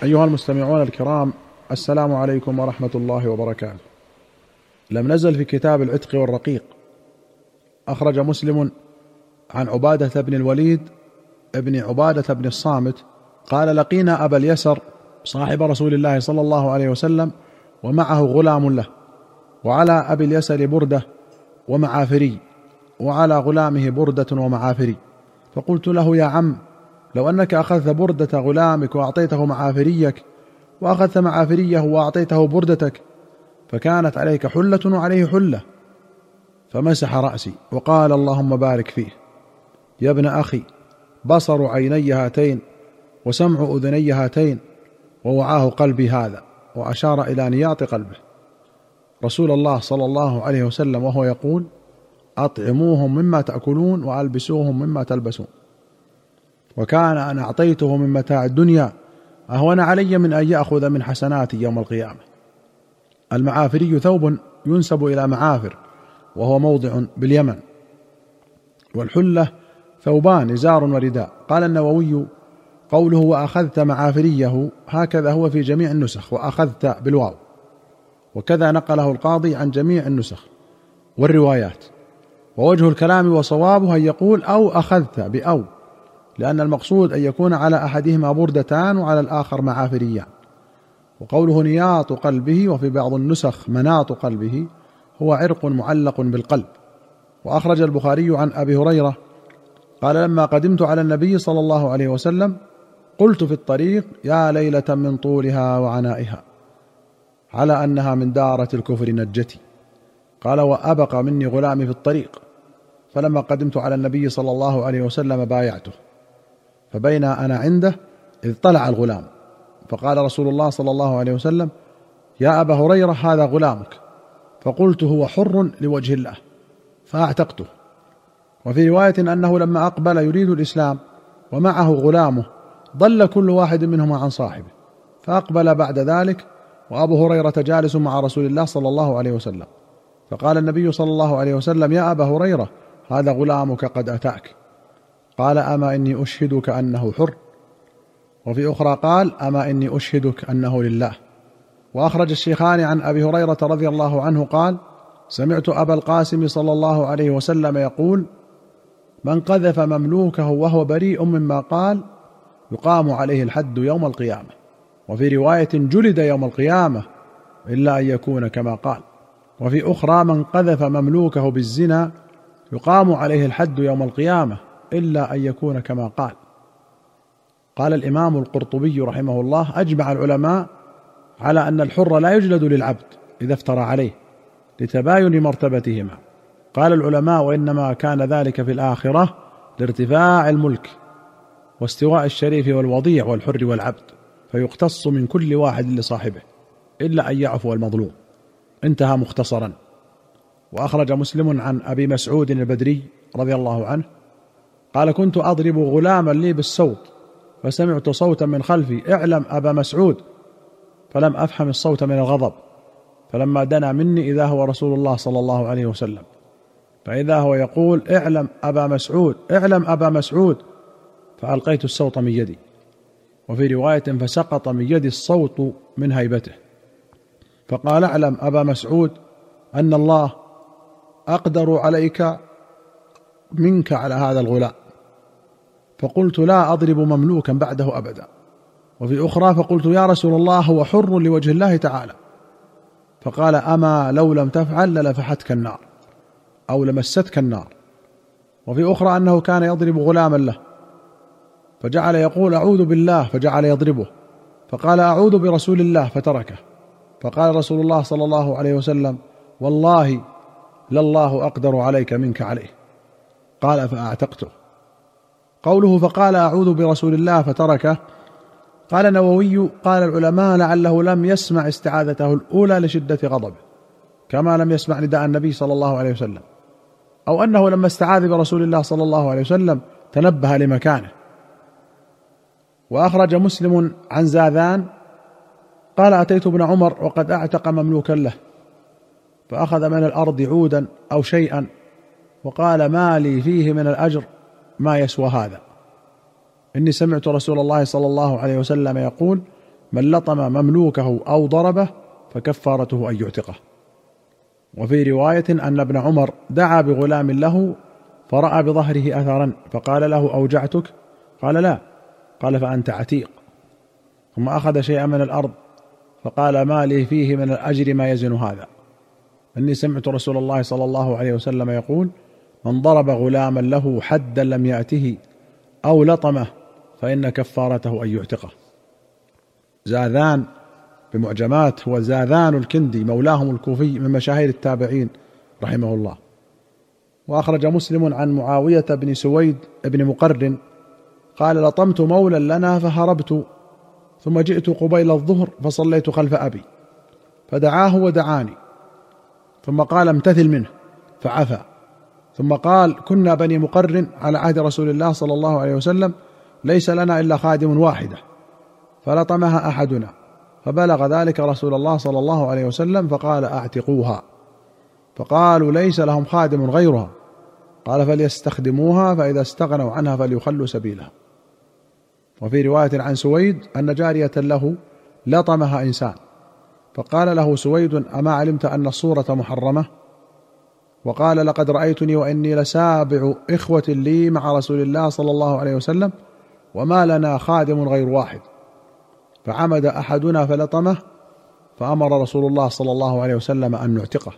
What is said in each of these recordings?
أيها المستمعون الكرام، السلام عليكم ورحمة الله وبركاته. لم نزل في كتاب العتق والرقيق. أخرج مسلم عن عبادة بن الوليد ابن عبادة بن الصامت قال: لقينا أبا اليسر صاحب رسول الله صلى الله عليه وسلم ومعه غلام له، وعلى أبي اليسر بردة ومعافري، وعلى غلامه بردة ومعافري. فقلت له: يا عم، لو أنك أخذت بردة غلامك وأعطيته معافريك، وأخذت معافريه وأعطيته بردتك، فكانت عليك حلة وعليه حلة. فمسح رأسي وقال: اللهم بارك فيه. يا ابن أخي، بصر عيني هاتين وسمع أذني هاتين ووعاه قلبي هذا، وأشار إلى نياط قلبه. رسول الله صلى الله عليه وسلم وهو يقول: أطعموهم مما تأكلون وألبسوهم مما تلبسون. وكان أن أعطيته من متاع الدنيا أهون علي من أن يأخذ من حسناتي يوم القيامة. المعافري ثوب ينسب إلى معافر، وهو موضع باليمن. والحلة ثوبان، إزار ورداء. قال النووي: قوله وأخذت معافريه هكذا هو في جميع النسخ، وأخذت بالواو، وكذا نقله القاضي عن جميع النسخ والروايات. ووجه الكلام وصوابه أن يقول أو أخذت بأو، لأن المقصود أن يكون على أحدهما بردتان وعلى الآخر معافريان. وقوله نياط قلبه، وفي بعض النسخ مناط قلبه، هو عرق معلق بالقلب. وأخرج البخاري عن أبي هريرة قال: لما قدمت على النبي صلى الله عليه وسلم قلت في الطريق: يا ليلة من طولها وعنائها، على أنها من دارة الكفر نجتي. قال: وأبق مني غلامي في الطريق. فلما قدمت على النبي صلى الله عليه وسلم بايعته، فبين أنا عنده إذ طلع الغلام، فقال رسول الله صلى الله عليه وسلم: يا أبا هريرة، هذا غلامك. فقلت: هو حر لوجه الله، فأعتقته. وفي رواية أنه لما أقبل يريد الإسلام ومعه غلامه ضل كل واحد منهما عن صاحبه، فأقبل بعد ذلك وأبو هريرة جالس مع رسول الله صلى الله عليه وسلم، فقال النبي صلى الله عليه وسلم: يا أبا هريرة، هذا غلامك قد أتاك. قال: أما إني أشهدك أنه حر. وفي أخرى قال: أما إني أشهدك أنه لله. وأخرج الشيخان عن أبي هريرة رضي الله عنه قال: سمعت أبا القاسم صلى الله عليه وسلم يقول: من قذف مملوكه وهو بريء مما قال يقام عليه الحد يوم القيامة. وفي رواية: جلد يوم القيامة إلا أن يكون كما قال. وفي أخرى: من قذف مملوكه بالزنا يقام عليه الحد يوم القيامة إلا أن يكون كما قال. قال الإمام القرطبي رحمه الله: أجمع العلماء على أن الحر لا يجلد للعبد إذا افترى عليه، لتباين مرتبتهما. قال العلماء: وإنما كان ذلك في الآخرة لارتفاع الملك واستواء الشريف والوضيع والحر والعبد، فيقتص من كل واحد لصاحبه إلا أن يعفو المظلوم. انتهى مختصرا. وأخرج مسلم عن أبي مسعود البدري رضي الله عنه قال: كنت أضرب غلاما لي بالصوت، فسمعت صوتا من خلفي: اعلم أبا مسعود. فلم أفهم الصوت من الغضب، فلما دنا مني إذا هو رسول الله صلى الله عليه وسلم، فإذا هو يقول: اعلم أبا مسعود، اعلم أبا مسعود. فألقيت الصوت من يدي. وفي رواية: فسقط من يدي الصوت من هيبته. فقال: اعلم أبا مسعود أن الله أقدر عليك منك على هذا الغلام. فقلت: لا أضرب مملوكا بعده أبدا. وفي أخرى: فقلت: يا رسول الله، هو حر لوجه الله تعالى. فقال: أما لو لم تفعل للفحتك النار أو لمستك النار. وفي أخرى أنه كان يضرب غلاما له، فجعل يقول: أعوذ بالله، فجعل يضربه، فقال: أعوذ برسول الله، فتركه. فقال رسول الله صلى الله عليه وسلم: والله لله أقدر عليك منك عليه. قال: فأعتقته. قوله فقال: أعوذ برسول الله، فتركه، قال النووي: قال العلماء لعله لم يسمع استعاذته الأولى لشدة غضبه، كما لم يسمع نداء النبي صلى الله عليه وسلم، أو أنه لما استعاذ برسول الله صلى الله عليه وسلم تنبه لمكانه. وأخرج مسلم عن زاذان قال: أتيت ابن عمر وقد أعتق مملوكا له، فأخذ من الأرض عودا أو شيئا وقال: ما لي فيه من الأجر ما يسوى هذا. إني سمعت رسول الله صلى الله عليه وسلم يقول: من لطم مملوكه أو ضربه فكفارته أن يعتقه. وفي رواية أن ابن عمر دعا بغلام له فرأى بظهره أثرا فقال له: أوجعتك؟ قال: لا. قال: فأنت عتيق. ثم أخذ شيئا من الأرض فقال: ما لي فيه من الأجر ما يزن هذا، إني سمعت رسول الله صلى الله عليه وسلم يقول: من ضرب غلاما له حدا لم يأته أو لطمه فإن كفارته أن يعتقه. زاذان بمعجمات هو زاذان الكندي مولاهم الكوفي من مشاهير التابعين رحمه الله. وأخرج مسلم عن معاوية بن سويد بن مقرن قال: لطمت مولا لنا فهربت، ثم جئت قبيل الظهر فصليت خلف أبي فدعاه ودعاني، ثم قال: امتثل منه فعفى، ثم قال: كنا بني مقرن على عهد رسول الله صلى الله عليه وسلم ليس لنا إلا خادم واحدة، فلطمها أحدنا، فبلغ ذلك رسول الله صلى الله عليه وسلم فقال: أعتقوها، فقالوا: ليس لهم خادم غيرها، قال: فليستخدموها، فإذا استغنوا عنها فليخلوا سبيلها. وفي رواية عن سويد أن جارية له لطمها إنسان، فقال له سويد: أما علمت أن الصورة محرمة؟ وقال: لقد رأيتني وإني لسابع إخوة لي مع رسول الله صلى الله عليه وسلم وما لنا خادم غير واحد، فعمد أحدنا فلطمه، فأمر رسول الله صلى الله عليه وسلم أن نعتقه.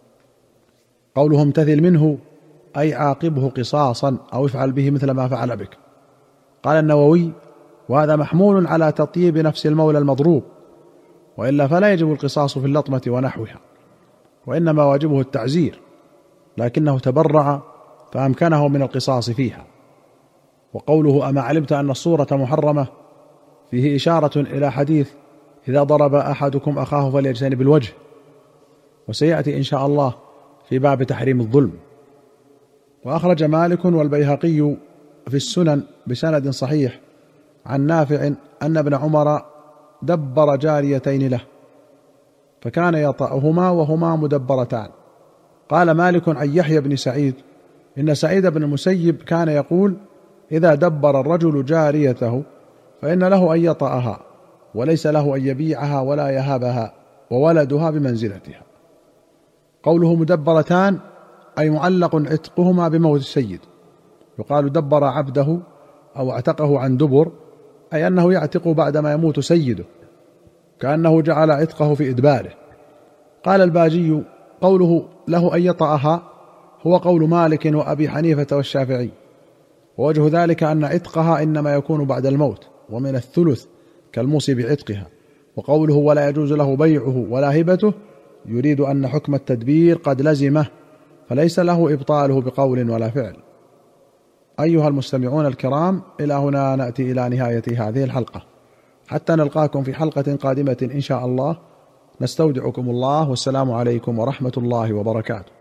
قوله امتثل منه أي عاقبه قصاصا أو افعل به مثل ما فعل بك. قال النووي: وهذا محمول على تطيب نفس المولى المضروب، وإلا فلا يجب القصاص في اللطمة ونحوها، وإنما واجبه التعزير، لكنه تبرع فأمكنه من القصاص فيها. وقوله: أما علمت أن الصورة محرمة فيه إشارة إلى حديث: إذا ضرب أحدكم أخاه فليجتنب الوجه، وسيأتي إن شاء الله في باب تحريم الظلم. وأخرج مالك والبيهقي في السنن بسند صحيح عن نافع أن ابن عمر دبر جاريتين له فكان يطأهما وهما مدبرتان. قال مالك عن يحيى بن سعيد إن سعيد بن المسيب كان يقول: إذا دبر الرجل جاريته فإن له أن يطأها وليس له أن يبيعها ولا يهابها، وولدها بمنزلتها. قوله مدبرتان أي معلق عتقهما بموت السيد، يقال دبر عبده أو اعتقه عن دبر، أي أنه يعتق بعدما يموت سيده، كأنه جعل عتقه في إدباره. قال الباجي: قوله له أن يطأها هو قول مالك وأبي حنيفة والشافعي، ووجه ذلك أن عتقها إنما يكون بعد الموت ومن الثلث كالموصي بعتقها. وقوله ولا يجوز له بيعه ولا هبته يريد أن حكم التدبير قد لزمه، فليس له إبطاله بقول ولا فعل. أيها المستمعون الكرام، إلى هنا نأتي إلى نهاية هذه الحلقة، حتى نلقاكم في حلقة قادمة إن شاء الله. نستودعكم الله، والسلام عليكم ورحمة الله وبركاته.